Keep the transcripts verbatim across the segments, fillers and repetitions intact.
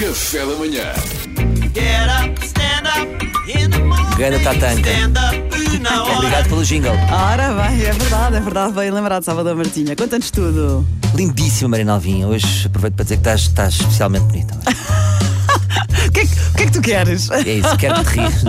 Café da manhã. Get up, stand up in the morning. Ganda Tatanka. Stand up na hora. Obrigado pelo jingle. Ora bem, é verdade, é verdade. Bem lembrado, Salvador Martinha. Conta-nos tudo. Lindíssima, Marina Alvim. Hoje aproveito para dizer que estás, estás especialmente bonita. O que, é que, o que é que tu queres? É isso, quero que te rires.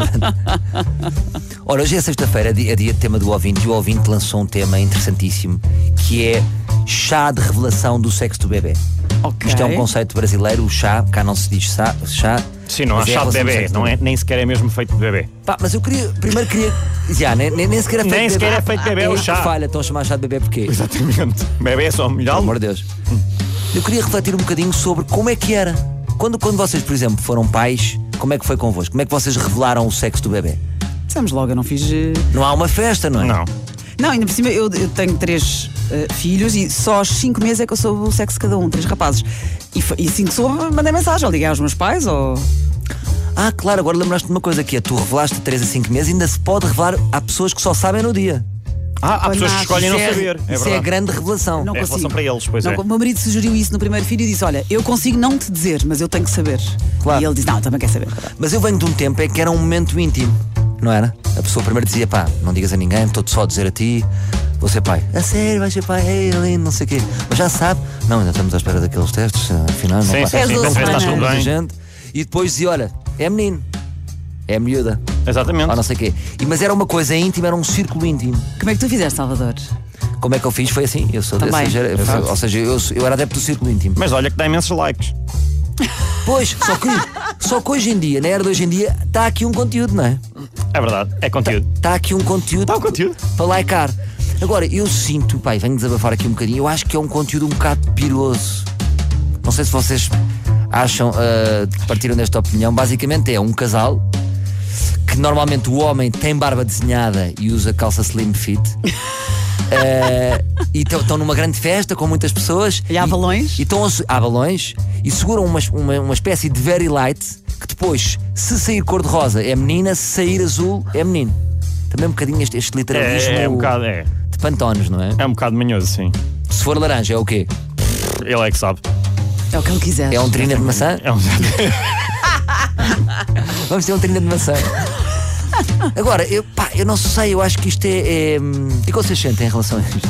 Ora, hoje é sexta-feira, é dia, é dia de tema do ouvinte. E o ouvinte lançou um tema interessantíssimo, que é chá de revelação do sexo do bebê. Ok. Isto é um conceito brasileiro, o chá, cá não se diz chá. chá Sim, não há mas é a chá de relação do bebê, sexo do não é, nem sequer é mesmo feito de bebê. Pá, mas eu queria, primeiro queria. Já, nem, nem, nem sequer é feito Nem de sequer bebê. é feito de bebê, é o que chá. falha, estão a chamar chá de bebê porquê? Exatamente. Bebê é só Pelo melhor. amor de Deus. Eu queria refletir um bocadinho sobre como é que era. Quando, quando vocês, por exemplo, foram pais, como é que foi convosco? Como é que vocês revelaram o sexo do bebê? Dissemos logo, eu não fiz. eh, Não há uma festa, não é? Não. Não, ainda por cima eu, eu tenho três eh, filhos e só aos cinco meses é que eu soube o sexo de cada um, três rapazes. E, fa- e assim que soube, mandei mensagem, ou liguei aos meus pais, ou. Ah, claro, agora lembraste de uma coisa que é, tu revelaste de três a cinco meses, ainda se pode revelar, há pessoas que só sabem no dia. Ah, há pessoas que Não, escolhem não Isso é- saber. É Isso é a verdade. grande revelação. Não É consigo. relação para eles, pois Não, é. O meu marido sugeriu isso no primeiro filho e disse: Olha, eu consigo não te dizer, mas eu tenho que saber. Claro. E ele disse: Não, também quer saber. Mas eu venho de um tempo em que era um momento íntimo, não era? A pessoa primeiro dizia, pá, não digas a ninguém, estou-te só a dizer a ti, vou ser pai. A sério, vais ser pai, ei, lindo, não sei o quê. Mas já sabe, não, ainda estamos à espera daqueles testes, afinal, não Sim, vai. sim, És sim. doze Então, estás tudo semanas. bem. Gente. E depois dizia, olha, é menino, é miúda, Exatamente. ou não sei o quê. E, mas era uma coisa íntima, era um círculo íntimo. Como é que tu fizeste, Salvador? Como é que eu fiz? Foi assim, eu sou Também. dessa gera- Exato. ou seja, eu, eu era adepto do círculo íntimo. Mas olha que dá imensos likes. Pois, só que, só que hoje em dia, na era de hoje em dia, está aqui um conteúdo, não é? É verdade, é conteúdo. Está aqui um conteúdo Está o conteúdo. para likear. Agora, eu sinto, pai, venho desabafar aqui um bocadinho, eu acho que é um conteúdo um bocado piroso. Não sei se vocês acham, uh, que partiram desta opinião. Basicamente é um casal que normalmente o homem tem barba desenhada e usa calça slim fit. Uh, e estão numa grande festa com muitas pessoas. E há balões? E estão a se- há balões e seguram uma, uma, uma espécie de very light que depois, se sair cor-de-rosa é menina, se sair azul é menino. Também um bocadinho este, este literalismo É, é um bocado, é. de pantones, não é? É um bocado manhoso, sim. Se for laranja é o quê? Ele é que sabe. É o que ele quiser. É um trina de maçã? É um... Vamos ter um trina de maçã. Agora, eu, pá, eu não sei, eu acho que isto é. é hum, o que é que vocês sentem em relação a isto?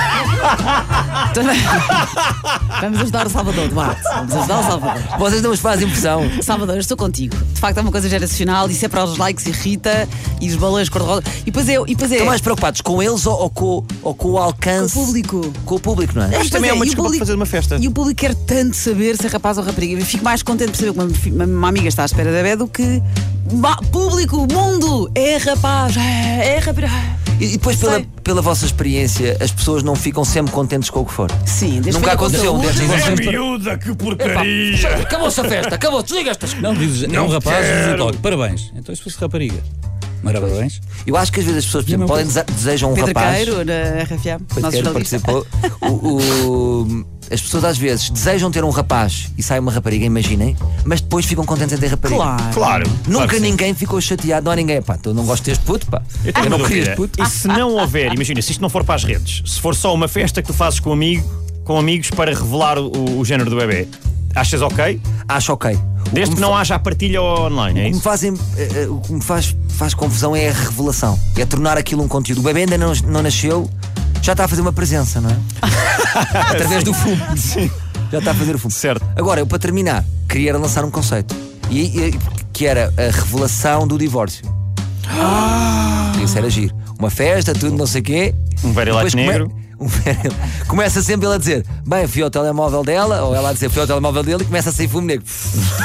Vamos ajudar o Salvador, Duarte. Vamos ajudar o Salvador. Vocês não vos fazem impressão. Salvador, eu estou contigo. De facto é uma coisa geracional, isso é para os likes irrita e os balões cor-de-rosa. E depois é. E depois é Estão mais preocupados com eles ou, ou, com, ou com o com o alcance? público. Com o público, não é? Mas também é uma e o desculpa para fazer uma festa. E o público quer tanto saber se é rapaz ou rapariga. Eu fico mais contente por saber que uma, uma, uma amiga está à espera da bebê do que ma- público, mundo, é rapaz, é, é rapariga. E, e depois, pela, Sei. pela vossa experiência, as pessoas não ficam sempre contentes com o que for. Sim, desde Nunca que foi aconteceu um conteúdo. destes exemplos. miúda, que porcaria! Acabou-se a festa, acabou, desliga estas. Não, dizes, é um rapaz, dizes logo, parabéns. Então, se fosse rapariga, parabéns. Eu acho que às vezes as pessoas, por exemplo, Não, podem dese- desejam um Pedro rapaz. Queiro, na R F M, Pedro nosso Queiro jornalista. participou. O- o- as pessoas às vezes desejam ter um rapaz e sai uma rapariga, imaginem, mas depois ficam contentes em ter rapariga. Claro. Claro. Nunca claro que sim. ninguém ficou chateado, não há ninguém, pá, tu não gosto deste puto, pá. Eu tenho Eu uma não queria dúvida. este puto. E se não houver, imagina, se isto não for para as redes, se for só uma festa que tu fazes com, amigo, com amigos para revelar o, o género do bebê, achas ok? Acho ok. Desde que não haja a partilha online, é O que me, isso? fazem, eh, eh, o que me faz, faz confusão é a revelação, é tornar aquilo um conteúdo. O bebê ainda não, não nasceu, já está a fazer uma presença, não é? Através do fumo. Sim. Já está a fazer o fumo. Certo. Agora, eu para terminar, queria lançar um conceito. E, e- que era a revelação do divórcio. Isso era giro. Uma festa, tudo, não sei o quê. Um very light Depois come- negro. um very- Começa sempre ele a dizer, bem, fui ao telemóvel dela, ou ela a dizer, fui ao telemóvel dele e começa a sair fumo negro.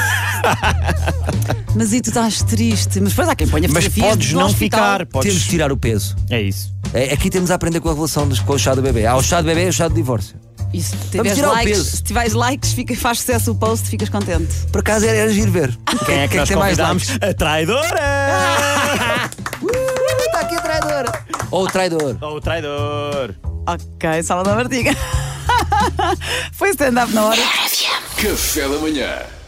Mas aí tu estás triste. Mas depois há quem ponha Mas fotografias podes do não hospital. ficar. Podes... Temos de tirar o peso. É isso. É, aqui temos a aprender com a relação dos, com o chá do bebê. Há o chá do bebê e o chá do divórcio. E se Vamos tiveres tirar o likes, peso. se tiveres likes, fica, faz sucesso o post, ficas contente. Por acaso era, era giro ver. Quem é que nós tem mais convidámos? likes? A traidora! Está aqui a traidora. Ou o traidor. Ou o traidor! Ok, Salvador Martinha. Foi stand-up na hora. Café da manhã.